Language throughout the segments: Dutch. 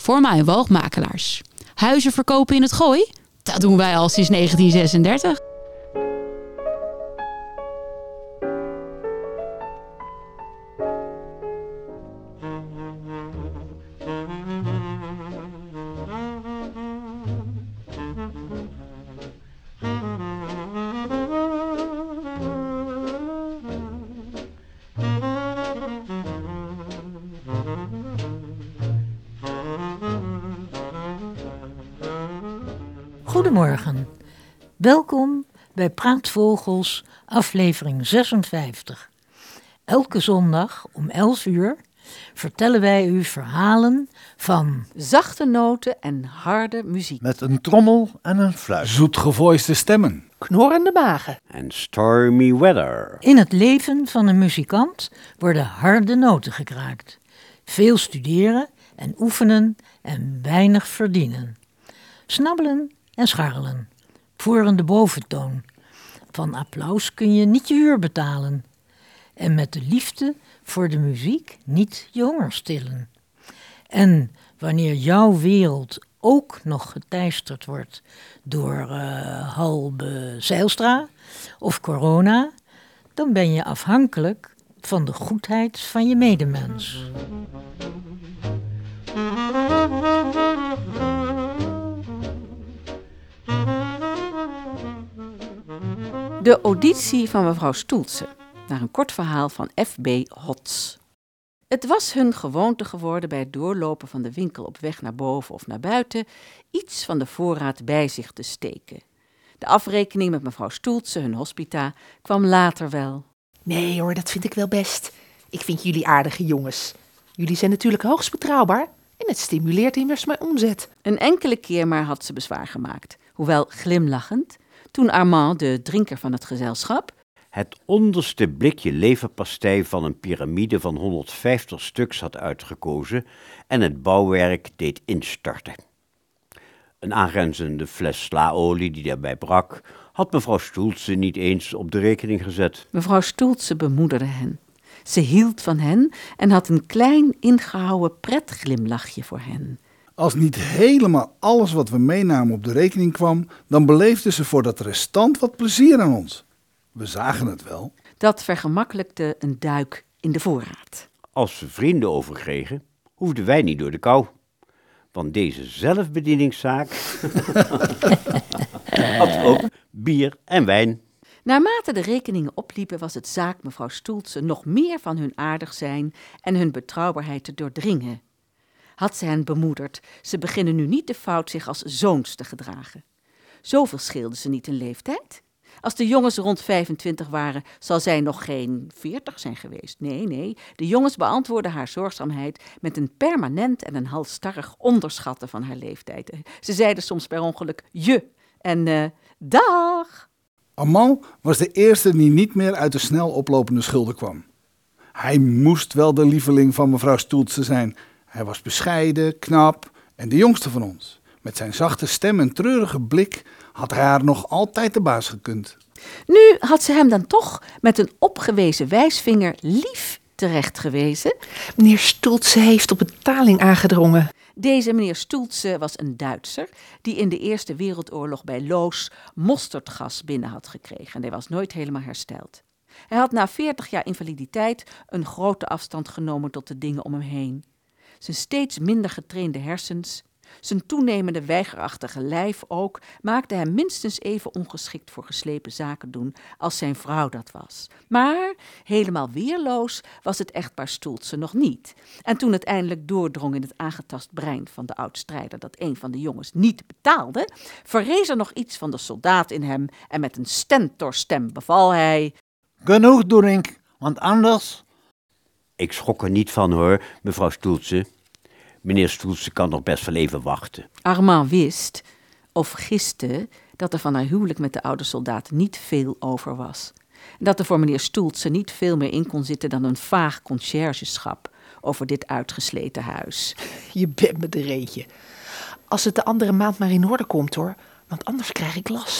Forma en Woogmakelaars. Huizen verkopen in het Gooi? Dat doen wij al sinds 1936. Goedemorgen, welkom bij Praatvogels, aflevering 56. Elke zondag om 11 uur vertellen wij u verhalen van zachte noten en harde muziek. Met een trommel en een fluit. Zoetgevoiste stemmen. Knorrende magen. En stormy weather. In het leven van een muzikant worden harde noten gekraakt. Veel studeren en oefenen en weinig verdienen. Snabbelen en scharrelen. Voeren de boventoon. Van applaus kun je niet je huur betalen. En met de liefde voor de muziek niet je honger stillen. En wanneer jouw wereld ook nog geteisterd wordt door Halbe Zijlstra of corona, dan ben je afhankelijk van de goedheid van je medemens. De auditie van mevrouw Stoeltse, naar een kort verhaal van F.B. Hots. Het was hun gewoonte geworden bij het doorlopen van de winkel op weg naar boven of naar buiten iets van de voorraad bij zich te steken. De afrekening met mevrouw Stoeltse, hun hospita, kwam later wel. Nee hoor, dat vind ik wel best. Ik vind jullie aardige jongens. Jullie zijn natuurlijk hoogst betrouwbaar en het stimuleert immers mijn omzet. Een enkele keer maar had ze bezwaar gemaakt, hoewel glimlachend, toen Armand, de drinker van het gezelschap, het onderste blikje leverpastei van een piramide van 150 stuks had uitgekozen en het bouwwerk deed instorten. Een aangrenzende fles slaolie die daarbij brak, had mevrouw Stoeltse niet eens op de rekening gezet. Mevrouw Stoeltse bemoederde hen. Ze hield van hen en had een klein ingehouden pretglimlachje voor hen. Als niet helemaal alles wat we meenamen op de rekening kwam, dan beleefde ze voor dat restant wat plezier aan ons. We zagen het wel. Dat vergemakkelijkte een duik in de voorraad. Als we vrienden overkregen, hoefden wij niet door de kou. Want deze zelfbedieningszaak had ook bier en wijn. Naarmate de rekeningen opliepen was het zaak mevrouw Stoeltse nog meer van hun aardig zijn en hun betrouwbaarheid te doordringen. Had ze hen bemoederd, ze beginnen nu niet de fout zich als zoons te gedragen. Zoveel scheelden ze niet in leeftijd. Als de jongens rond 25 waren, zal zij nog geen 40 zijn geweest. Nee, de jongens beantwoordden haar zorgzaamheid met een permanent en een halstarrig onderschatten van haar leeftijd. Ze zeiden soms per ongeluk je en dag. Armand was de eerste die niet meer uit de snel oplopende schulden kwam. Hij moest wel de lieveling van mevrouw Stoeltse zijn. Hij was bescheiden, knap en de jongste van ons. Met zijn zachte stem en treurige blik had hij haar nog altijd de baas gekund. Nu had ze hem dan toch met een opgewezen wijsvinger lief terecht gewezen. Meneer Stoeltse heeft op betaling aangedrongen. Deze meneer Stoeltse was een Duitser die in de Eerste Wereldoorlog bij Loos mosterdgas binnen had gekregen. En hij was nooit helemaal hersteld. Hij had na 40 jaar invaliditeit een grote afstand genomen tot de dingen om hem heen. Zijn steeds minder getrainde hersens, zijn toenemende weigerachtige lijf ook, maakte hem minstens even ongeschikt voor geslepen zaken doen als zijn vrouw dat was. Maar helemaal weerloos was het echtpaar Stoeltse nog niet. En toen het eindelijk doordrong in het aangetast brein van de oud-strijder dat een van de jongens niet betaalde, verrees er nog iets van de soldaat in hem en met een stentorstem beval hij: Genoeg, Doenink, want anders... Ik schrok er niet van hoor, mevrouw Stoeltse. Meneer Stoeltse kan nog best wel even wachten. Armand wist, of giste, dat er van haar huwelijk met de oude soldaat niet veel over was. En dat er voor meneer Stoeltse niet veel meer in kon zitten dan een vaag conciërgeschap over dit uitgesleten huis. Je bent me er eentje. Als het de andere maand maar in orde komt hoor, want anders krijg ik last.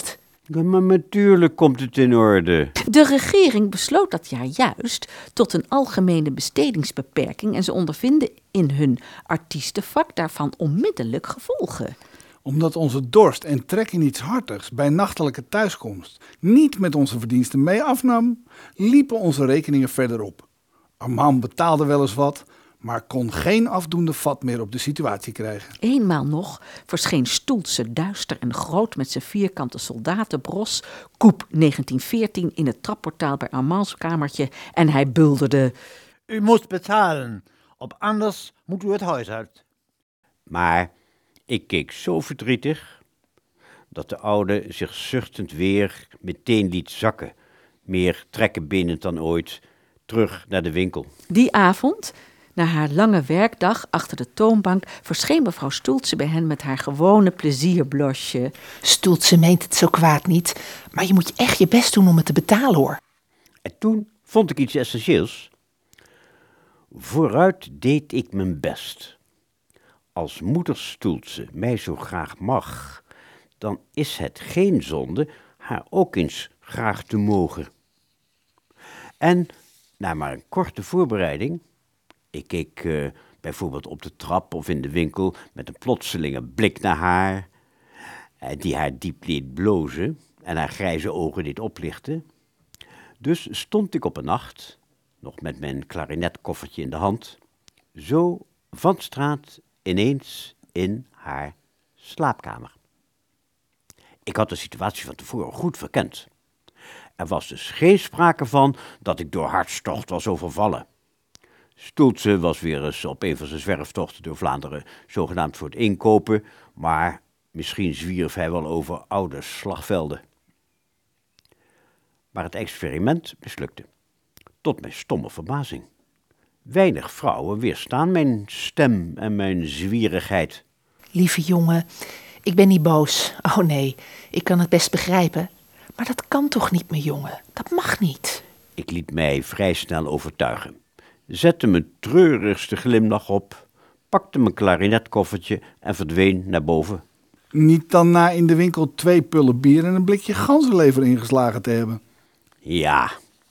Ja, maar natuurlijk komt het in orde. De regering besloot dat jaar juist tot een algemene bestedingsbeperking en ze ondervinden in hun artiestenvak daarvan onmiddellijk gevolgen. Omdat onze dorst en trek in iets hartigs bij nachtelijke thuiskomst niet met onze verdiensten mee afnam, liepen onze rekeningen verder op. Armand betaalde wel eens wat, maar kon geen afdoende vat meer op de situatie krijgen. Eenmaal nog verscheen Stoeltse duister en groot met zijn vierkante soldatenbros, Koep 1914 in het trapportaal bij Armands kamertje en hij bulderde: U moet betalen, op anders moet u het huis uit. Maar ik keek zo verdrietig dat de oude zich zuchtend weer meteen liet zakken, meer trekkenbenend dan ooit, terug naar de winkel. Die avond, na haar lange werkdag achter de toonbank, verscheen mevrouw Stoeltse bij hen met haar gewone plezierblosje. Stoeltse meent het zo kwaad niet, maar je moet echt je best doen om het te betalen, hoor. En toen vond ik iets essentieels. Vooruit deed ik mijn best. Als moeder Stoeltse mij zo graag mag, dan is het geen zonde haar ook eens graag te mogen. En na maar een korte voorbereiding, ik keek bijvoorbeeld op de trap of in de winkel met een plotselinge blik naar haar, die haar diep deed blozen en haar grijze ogen deed oplichten. Dus stond ik op een nacht, nog met mijn klarinetkoffertje in de hand, zo van straat ineens in haar slaapkamer. Ik had de situatie van tevoren goed verkend. Er was dus geen sprake van dat ik door hartstocht was overvallen. Stoeltse was weer eens op een van zijn zwerftochten door Vlaanderen, zogenaamd voor het inkopen, maar misschien zwierf hij wel over oude slagvelden. Maar het experiment mislukte, tot mijn stomme verbazing. Weinig vrouwen weerstaan mijn stem en mijn zwierigheid. Lieve jongen, ik ben niet boos. Oh nee, ik kan het best begrijpen. Maar dat kan toch niet, mijn jongen? Dat mag niet. Ik liet mij vrij snel overtuigen, zette mijn treurigste glimlach op, pakte mijn klarinetkoffertje en verdween naar boven. Niet dan na in de winkel 2 pullen bier en een blikje ganzenlever ingeslagen te hebben. Ja,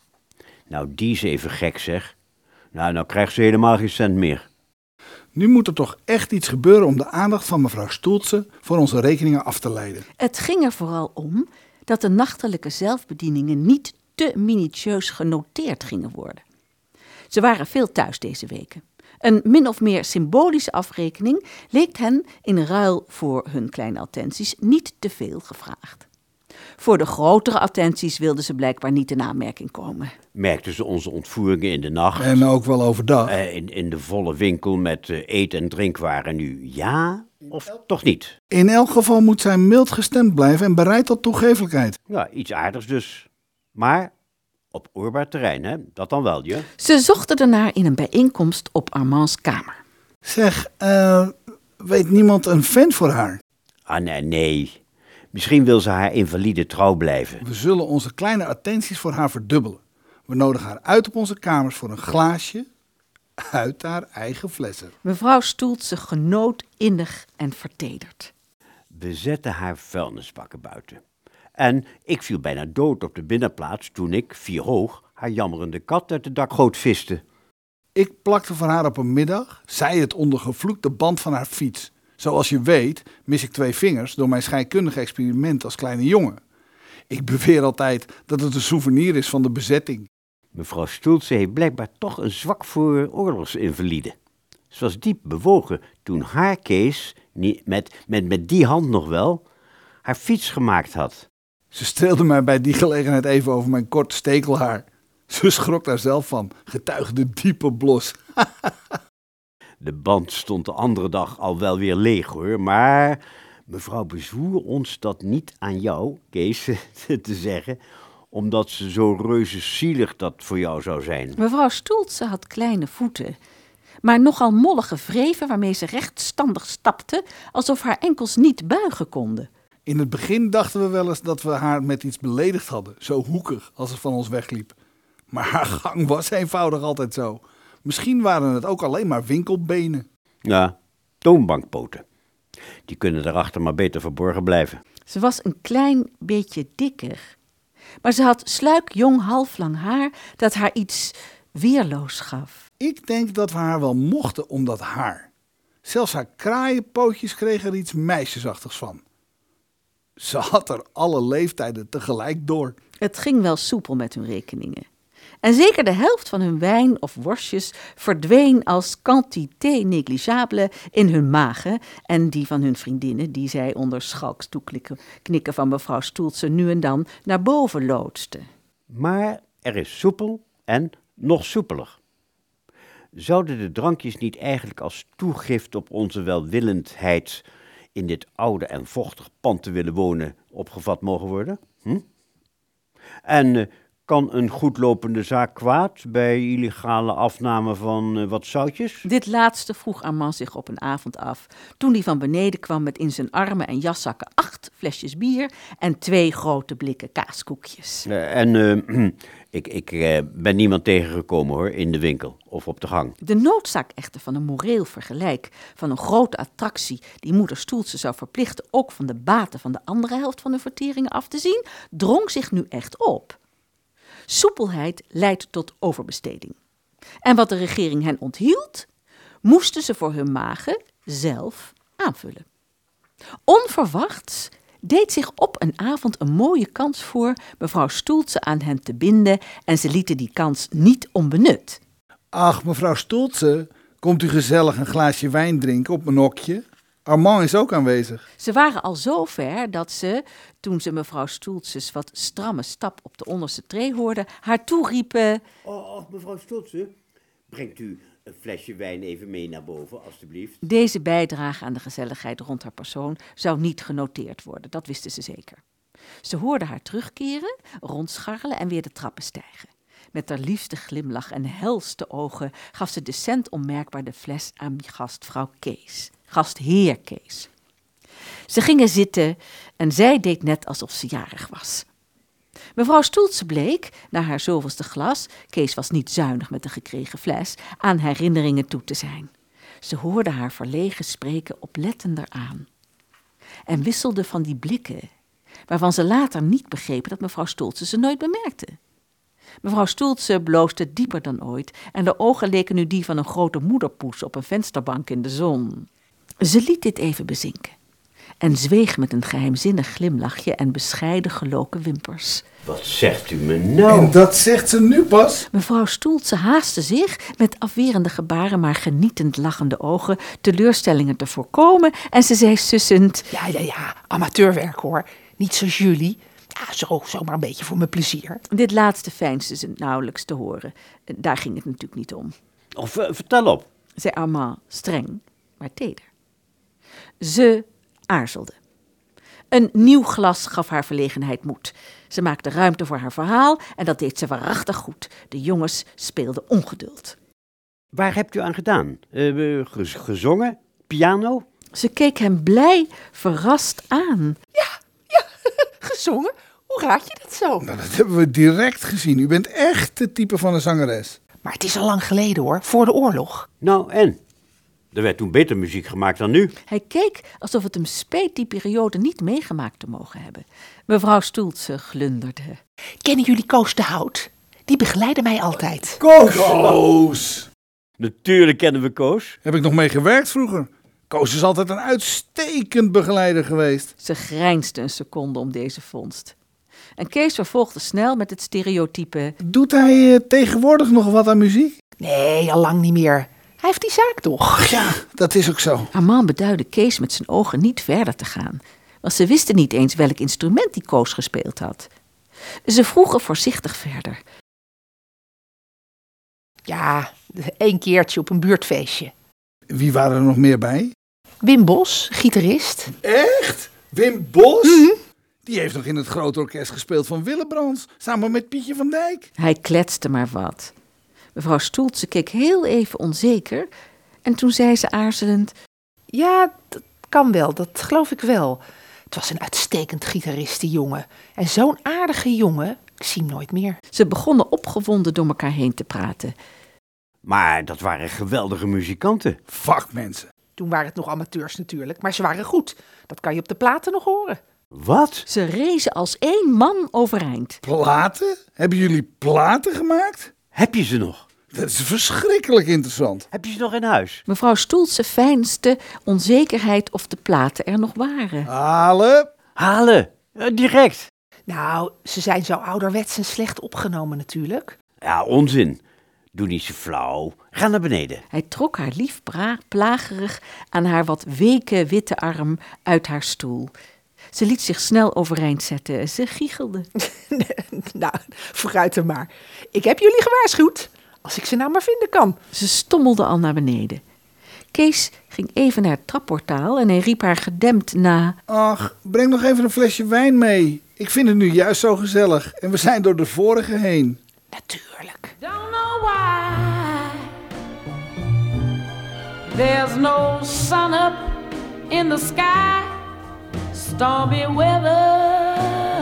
nou die is even gek zeg. Nou krijgt ze helemaal geen cent meer. Nu moet er toch echt iets gebeuren om de aandacht van mevrouw Stoeltse voor onze rekeningen af te leiden. Het ging er vooral om dat de nachtelijke zelfbedieningen niet te minutieus genoteerd gingen worden. Ze waren veel thuis deze weken. Een min of meer symbolische afrekening leek hen in ruil voor hun kleine attenties niet te veel gevraagd. Voor de grotere attenties wilden ze blijkbaar niet in aanmerking komen. Merkten ze onze ontvoeringen in de nacht. En ook wel overdag. In de volle winkel met eet- en drinkwaren nu ja of toch niet? In elk geval moet zij mild gestemd blijven en bereid tot toegeeflijkheid. Ja, iets aardigs dus. Maar op oorbaar terrein, hè? Dat dan wel, je? Ze zochten ernaar in een bijeenkomst op Armands kamer. Zeg, weet niemand een vent voor haar? Ah, nee. Misschien wil ze haar invalide trouw blijven. We zullen onze kleine attenties voor haar verdubbelen. We nodigen haar uit op onze kamers voor een glaasje uit haar eigen flessen. Mevrouw Stoeltse genoot innig en vertederd. We zetten haar vuilnisbakken buiten. En ik viel bijna dood op de binnenplaats toen ik, 4 hoog, haar jammerende kat uit de dakgoot viste. Ik plakte voor haar op een middag, zij het onder gevloekte band van haar fiets. Zoals je weet mis ik 2 vingers door mijn scheikundige experiment als kleine jongen. Ik beweer altijd dat het een souvenir is van de bezetting. Mevrouw Stoeltse heeft blijkbaar toch een zwak voor oorlogsinvaliden. Ze was diep bewogen toen haar Kees, met die hand nog wel, haar fiets gemaakt had. Ze streelde mij bij die gelegenheid even over mijn kort stekelhaar. Ze schrok daar zelf van, getuigde de diepe blos. De band stond de andere dag al wel weer leeg hoor, maar mevrouw bezwoer ons dat niet aan jou, Kees, te zeggen, omdat ze zo reuze zielig dat voor jou zou zijn. Mevrouw Stoeltse had kleine voeten, maar nogal mollige vreven waarmee ze rechtstandig stapte, alsof haar enkels niet buigen konden. In het begin dachten we wel eens dat we haar met iets beledigd hadden, zo hoekig als ze van ons wegliep. Maar haar gang was eenvoudig altijd zo. Misschien waren het ook alleen maar winkelbenen. Ja, toonbankpoten. Die kunnen daarachter maar beter verborgen blijven. Ze was een klein beetje dikker. Maar ze had sluikjong halflang haar dat haar iets weerloos gaf. Ik denk dat we haar wel mochten om dat haar. Zelfs haar kraaienpootjes kregen er iets meisjesachtigs van. Ze had er alle leeftijden tegelijk door. Het ging wel soepel met hun rekeningen. En zeker de helft van hun wijn of worstjes verdween als quantité négligeable in hun magen en die van hun vriendinnen, die zij onder schalks toeknikken van mevrouw Stoeltse nu en dan naar boven loodsten. Maar er is soepel en nog soepeler. Zouden de drankjes niet eigenlijk als toegift op onze welwillendheid in dit oude en vochtig pand te willen wonen opgevat mogen worden? En kan een goedlopende zaak kwaad bij illegale afname van wat zoutjes? Dit laatste vroeg Armand zich op een avond af, toen hij van beneden kwam met in zijn armen en jaszakken 8 flesjes bier en 2 grote blikken kaaskoekjes. Ik ben niemand tegengekomen hoor, in de winkel of op de gang. De noodzaak echter van een moreel vergelijk, van een grote attractie die moeder Stoeltse zou verplichten ook van de baten van de andere helft van de verteringen af te zien, drong zich nu echt op. Soepelheid leidt tot overbesteding. En wat de regering hen onthield, moesten ze voor hun magen zelf aanvullen. Onverwachts deed zich op een avond een mooie kans voor mevrouw Stoeltse aan hen te binden en ze lieten die kans niet onbenut. Ach, mevrouw Stoeltse, komt u gezellig een glaasje wijn drinken op mijn hokje? Armand is ook aanwezig. Ze waren al zo ver dat ze, toen ze mevrouw Stoeltses wat stramme stap op de onderste tree hoorden, haar toeriepen: Oh, mevrouw Stoeltse, brengt u een flesje wijn even mee naar boven, alstublieft. Deze bijdrage aan de gezelligheid rond haar persoon zou niet genoteerd worden, dat wisten ze zeker. Ze hoorden haar terugkeren, rondscharrelen en weer de trappen stijgen. Met haar liefste glimlach en helste ogen gaf ze decent onmerkbaar de fles aan gastvrouw Kees. Gastheer Kees. Ze gingen zitten en zij deed net alsof ze jarig was. Mevrouw Stoeltse bleek, na haar zoveelste glas, Kees was niet zuinig met de gekregen fles, aan herinneringen toe te zijn. Ze hoorde haar verlegen spreken oplettender aan. En wisselde van die blikken, waarvan ze later niet begrepen dat mevrouw Stoeltse ze nooit bemerkte. Mevrouw Stoeltse bloosde dieper dan ooit en de ogen leken nu die van een grote moederpoes op een vensterbank in de zon. Ze liet dit even bezinken en zweeg met een geheimzinnig glimlachje en bescheiden geloken wimpers. Wat zegt u me nou? En dat zegt ze nu pas? Mevrouw Stoeltse haastte zich met afwerende gebaren, maar genietend lachende ogen, teleurstellingen te voorkomen en ze zei sussend: Ja, amateurwerk hoor. Niet zoals jullie. Ja, zomaar een beetje voor mijn plezier. Dit laatste veinsde ze nauwelijks te horen. Daar ging het natuurlijk niet om. Of vertel op. Zei Armand streng, maar teder. Ze aarzelde. Een nieuw glas gaf haar verlegenheid moed. Ze maakte ruimte voor haar verhaal en dat deed ze waarachtig goed. De jongens speelden ongeduld. Waar hebt u aan gedaan? Gezongen? Piano? Ze keek hem blij, verrast aan. Gezongen? Hoe raad je dat zo? Nou, dat hebben we direct gezien. U bent echt het type van een zangeres. Maar het is al lang geleden hoor, voor de oorlog. Nou, en? Er werd toen beter muziek gemaakt dan nu. Hij keek alsof het hem speet die periode niet meegemaakt te mogen hebben. Mevrouw Stoeltse glunderde. Kennen jullie Koos de Hout? Die begeleidde mij altijd. Koos! Natuurlijk kennen we Koos. Heb ik nog mee gewerkt vroeger. Koos is altijd een uitstekend begeleider geweest. Ze grijnsde een seconde om deze vondst. En Kees vervolgde snel met het stereotype: Doet hij tegenwoordig nog wat aan muziek? Nee, al lang niet meer. Hij heeft die zaak toch? Ja, dat is ook zo. Armand beduidde Kees met zijn ogen niet verder te gaan, want ze wisten niet eens welk instrument die Koos gespeeld had. Ze vroegen voorzichtig verder. Ja, 1 keertje op een buurtfeestje. Wie waren er nog meer bij? Wim Bos, gitarist. Echt? Wim Bos? Die heeft nog in het grote orkest gespeeld van Willebrands, samen met Pietje van Dijk. Hij kletste maar wat. Mevrouw Stoeltse keek heel even onzeker en toen zei ze aarzelend: Ja, dat kan wel, dat geloof ik wel. Het was een uitstekend gitarist, die jongen. En zo'n aardige jongen, ik zie hem nooit meer. Ze begonnen opgewonden door elkaar heen te praten. Maar dat waren geweldige muzikanten. Vakmensen. Toen waren het nog amateurs natuurlijk, maar ze waren goed. Dat kan je op de platen nog horen. Wat? Ze rezen als één man overeind. Platen? Hebben jullie platen gemaakt? Heb je ze nog? Dat is verschrikkelijk interessant. Heb je ze nog in huis? Mevrouw Stoeltse veinsde onzekerheid of de platen er nog waren. Halen. Halen! Direct! Nou, ze zijn zo ouderwets en slecht opgenomen natuurlijk. Ja, onzin. Doe niet zo flauw. Ga naar beneden. Hij trok haar lief plagerig aan haar wat weke witte arm uit haar stoel. Ze liet zich snel overeind zetten. Ze giechelde. Nou, vooruit er maar. Ik heb jullie gewaarschuwd. Als ik ze nou maar vinden kan. Ze stommelde al naar beneden. Kees ging even naar het trapportaal en hij riep haar gedempt na. Ach, breng nog even een flesje wijn mee. Ik vind het nu juist zo gezellig. En we zijn door de vorige heen. Natuurlijk. Don't know why there's no sun up in the sky, stormy weather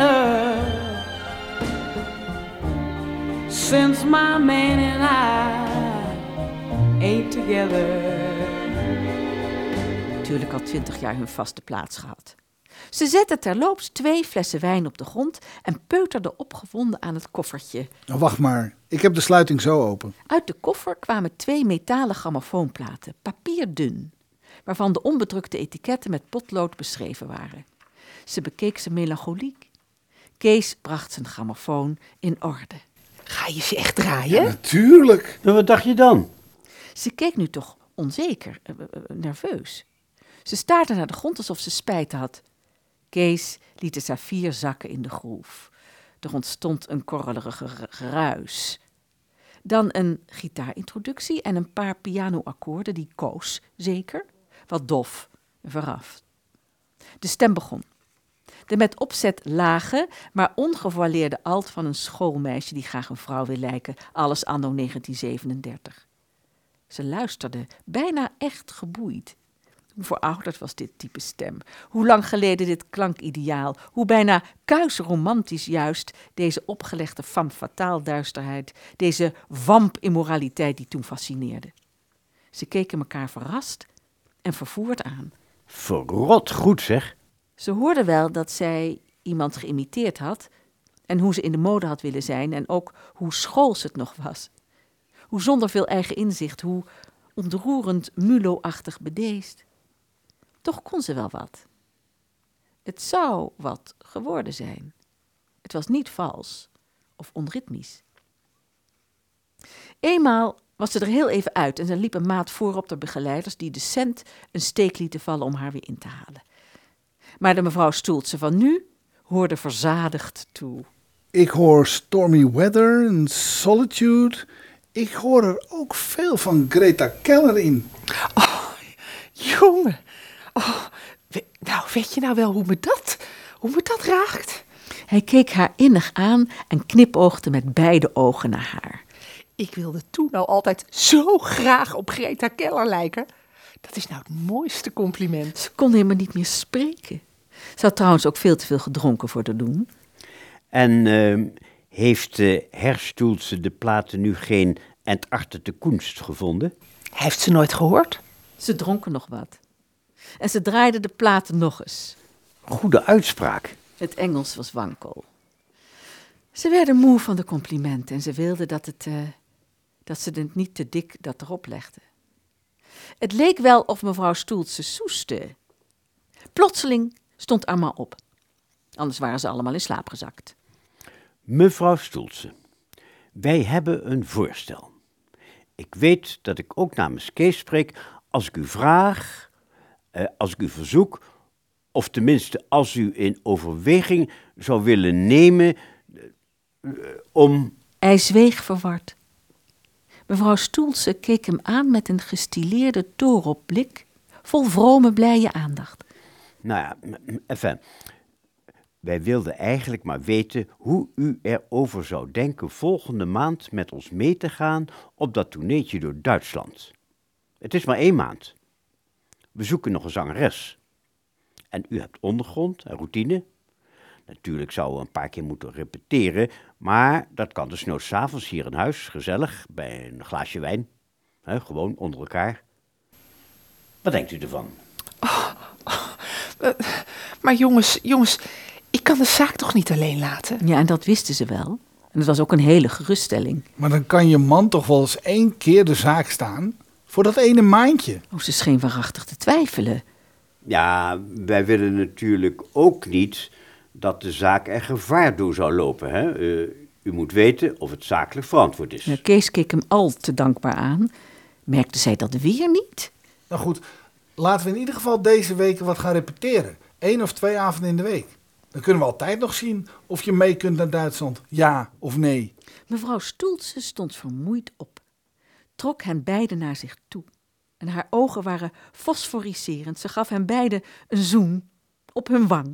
since my man and I ain't together. Natuurlijk al 20 jaar hun vaste plaats gehad. Ze zette terloops 2 flessen wijn op de grond en peuterde opgewonden aan het koffertje. Nou, wacht maar, ik heb de sluiting zo open. Uit de koffer kwamen 2 metalen grammofoonplaten, papierdun, waarvan de onbedrukte etiketten met potlood beschreven waren. Ze bekeek ze melancholiek. Kees bracht zijn grammofoon in orde. Ga je ze echt draaien? Natuurlijk. Nou, wat dacht je dan? Ze keek nu toch onzeker, nerveus. Ze staarde naar de grond alsof ze spijt had. Kees liet de saffier zakken in de groef. Er ontstond een korrelige geruis. Dan een gitaarintroductie en een paar pianoakkoorden die koos, zeker, wat dof en verraft. De stem begon. De met opzet lage, maar ongevoileerde alt van een schoolmeisje die graag een vrouw wil lijken, alles anno 1937. Ze luisterde, bijna echt geboeid. Hoe verouderd was dit type stem? Hoe lang geleden dit klankideaal? Hoe bijna kuisromantisch juist deze opgelegde femme fatale duisterheid, deze vamp-immoraliteit die toen fascineerde. Ze keken elkaar verrast en vervoerd aan. Verrot goed, zeg. Ze hoorde wel dat zij iemand geïmiteerd had en hoe ze in de mode had willen zijn en ook hoe schools het nog was. Hoe zonder veel eigen inzicht, hoe ontroerend Mulo-achtig bedeesd. Toch kon ze wel wat. Het zou wat geworden zijn. Het was niet vals of onritmisch. Eenmaal was ze er heel even uit en ze liep een maat voor op de begeleiders die decent een steek lieten vallen om haar weer in te halen. Maar de mevrouw Stoeltse van nu hoorde verzadigd toe. Ik hoor Stormy Weather en Solitude. Ik hoor er ook veel van Greta Keller in. Oh, jongen. Oh, nou, weet je nou wel hoe me dat raakt? Hij keek haar innig aan en knipoogde met beide ogen naar haar. Ik wilde toen al altijd zo graag op Greta Keller lijken. Dat is nou het mooiste compliment. Ze kon helemaal niet meer spreken. Ze had trouwens ook veel te veel gedronken voor te doen. En heeft Herr Stoeltse de platen nu geen entartete kunst gevonden? Hij heeft ze nooit gehoord? Ze dronken nog wat. En ze draaide de platen nog eens. Goede uitspraak. Het Engels was wankel. Ze werden moe van de complimenten en ze wilden dat ze het niet te dik dat erop legde. Het leek wel of mevrouw Stoeltse soeste. Plotseling stond Armand op. Anders waren ze allemaal in slaap gezakt. Mevrouw Stoeltse, wij hebben een voorstel. Ik weet dat ik ook namens Kees spreek als ik u vraag, als ik u verzoek, of tenminste als u in overweging zou willen nemen om... Hij zweeg verward. Mevrouw Stoeltse keek hem aan met een gestileerde torenblik, vol vrome blije aandacht. Nou ja, enfin, wij wilden eigenlijk maar weten hoe u erover zou denken volgende maand met ons mee te gaan op dat tourneetje door Duitsland. Het is maar 1 maand. We zoeken nog een zangeres. En u hebt ondergrond en routine. Natuurlijk zouden we een paar keer moeten repeteren, maar dat kan dus nooit 's avonds hier in huis, gezellig, bij een glaasje wijn. Gewoon onder elkaar. Wat denkt u ervan? Maar jongens, ik kan de zaak toch niet alleen laten? Ja, en dat wisten ze wel. En dat was ook een hele geruststelling. Maar dan kan je man toch wel eens 1 keer de zaak staan voor dat ene maandje. Oh, ze scheen waarachtig te twijfelen. Ja, wij willen natuurlijk ook niet dat de zaak er gevaar door zou lopen. Hè? U moet weten of het zakelijk verantwoord is. Ja, Kees keek hem al te dankbaar aan. Merkte zij dat weer niet? Nou goed, laten we in ieder geval deze weken wat gaan repeteren. 1 of 2 avonden in de week. Dan kunnen we altijd nog zien of je mee kunt naar Duitsland. Ja of nee. Mevrouw Stoeltse stond vermoeid op. Trok hen beiden naar zich toe. En haar ogen waren fosforiserend. Ze gaf hen beiden een zoen op hun wang.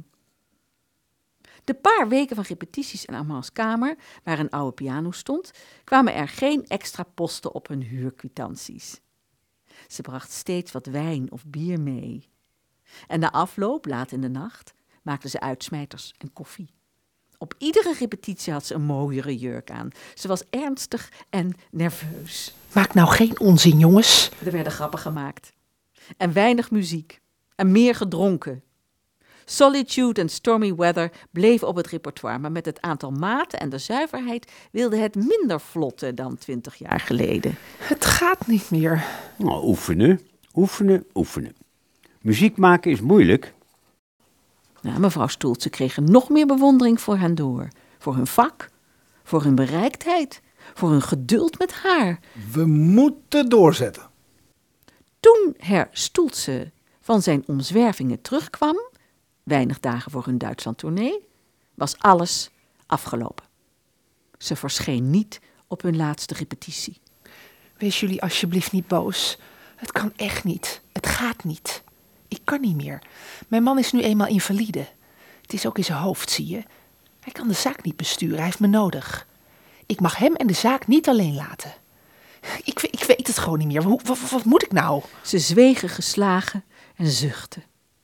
De paar weken van repetities in Armands kamer, waar een oude piano stond, kwamen er geen extra posten op hun huurkwitanties. Ze bracht steeds wat wijn of bier mee. En na afloop, laat in de nacht, maakte ze uitsmijters en koffie. Op iedere repetitie had ze een mooiere jurk aan. Ze was ernstig en nerveus. Maak nou geen onzin, jongens. Er werden grappen gemaakt. En weinig muziek. En meer gedronken. Solitude en Stormy Weather bleven op het repertoire, maar met het aantal maten en de zuiverheid wilde het minder vlotten dan 20 jaar geleden. Het gaat niet meer. Nou, oefenen. Muziek maken is moeilijk. Nou, mevrouw Stoeltse kreeg nog meer bewondering voor hen door. Voor hun vak, voor hun bereiktheid, voor hun geduld met haar. We moeten doorzetten. Toen Herr Stoeltse van zijn omzwervingen terugkwam, weinig dagen voor hun Duitsland-tournee, was alles afgelopen. Ze verscheen niet op hun laatste repetitie. Wees jullie alsjeblieft niet boos. Het kan echt niet. Het gaat niet. Ik kan niet meer. Mijn man is nu eenmaal invalide. Het is ook in zijn hoofd, zie je. Hij kan de zaak niet besturen. Hij heeft me nodig. Ik mag hem en de zaak niet alleen laten. Ik weet het gewoon niet meer. Wat moet ik nou? Ze zwegen geslagen en zuchtten.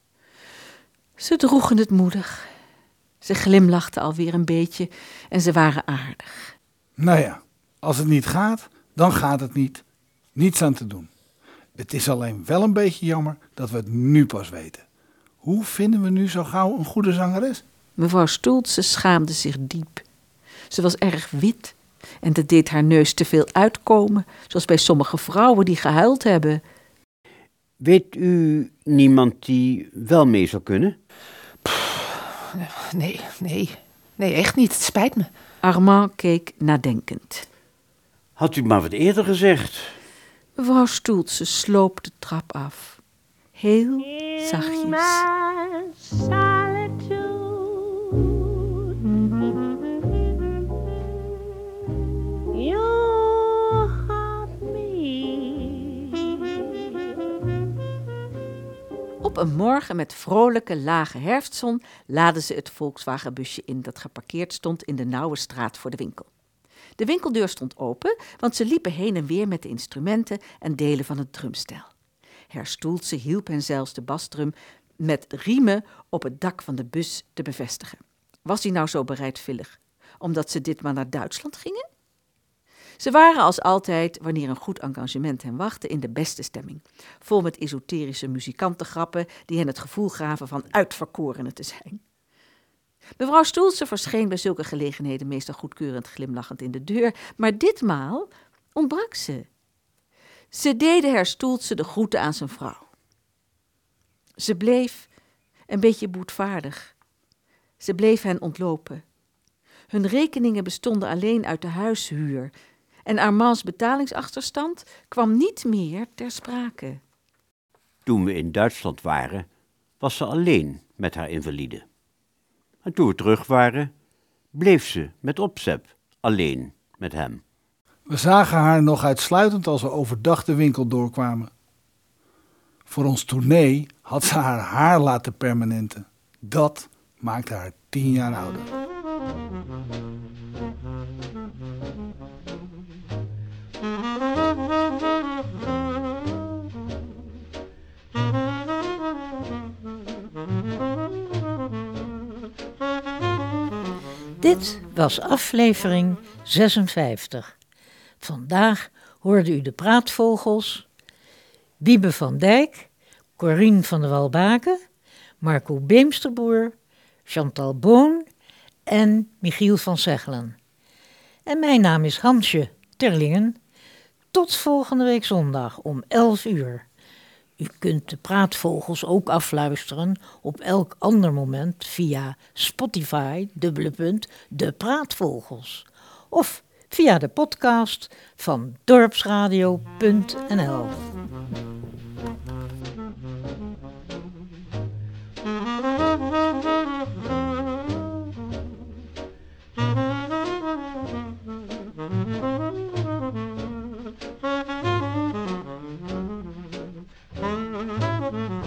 Ze droegen het moedig. Ze glimlachten alweer een beetje en ze waren aardig. Nou ja, als het niet gaat, dan gaat het niet. Niets aan te doen. Het is alleen wel een beetje jammer dat we het nu pas weten. Hoe vinden we nu zo gauw een goede zangeres? Mevrouw Stoeltse schaamde zich diep. Ze was erg wit en dat deed haar neus te veel uitkomen, zoals bij sommige vrouwen die gehuild hebben. Weet u niemand die wel mee zou kunnen? Nee, echt niet. Het spijt me. Armand keek nadenkend. Had u maar wat eerder gezegd. Mevrouw Stoeltse sloop de trap af. Heel zachtjes. Op een morgen met vrolijke, lage herfstzon laadden ze het Volkswagenbusje in dat geparkeerd stond in de nauwe straat voor de winkel. De winkeldeur stond open, want ze liepen heen en weer met de instrumenten en delen van het drumstel. Herr Stoeltse hielp hen zelfs de basdrum met riemen op het dak van de bus te bevestigen. Was hij nou zo bereidwillig, omdat ze ditmaal naar Duitsland gingen? Ze waren als altijd, wanneer een goed engagement hen wachtte, in de beste stemming. Vol met esoterische muzikantengrappen die hen het gevoel gaven van uitverkorenen te zijn. Mevrouw Stoeltse verscheen bij zulke gelegenheden meestal goedkeurend glimlachend in de deur, maar ditmaal ontbrak ze. Ze deden Herr Stoeltse de groeten aan zijn vrouw. Ze bleef een beetje boetvaardig. Ze bleef hen ontlopen. Hun rekeningen bestonden alleen uit de huishuur en Armands betalingsachterstand kwam niet meer ter sprake. Toen we in Duitsland waren, was ze alleen met haar invalide. En toen we terug waren, bleef ze met opzet alleen met hem. We zagen haar nog uitsluitend als we overdag de winkel doorkwamen. Voor ons tournee had ze haar haar laten permanenten. Dat maakte haar 10 jaar ouder. Dit was aflevering 56. Vandaag hoorde u de praatvogels Biebe van Dijk, Corien van der Walbaken, Marco Beemsterboer, Chantal Boon en Michiel van Zegelen. En mijn naam is Hansje Terlingen. Tot volgende week zondag om 11 uur. U kunt de Praatvogels ook afluisteren op elk ander moment via Spotify, _de Praatvogels. Of via de podcast van dorpsradio.nl. Thank you.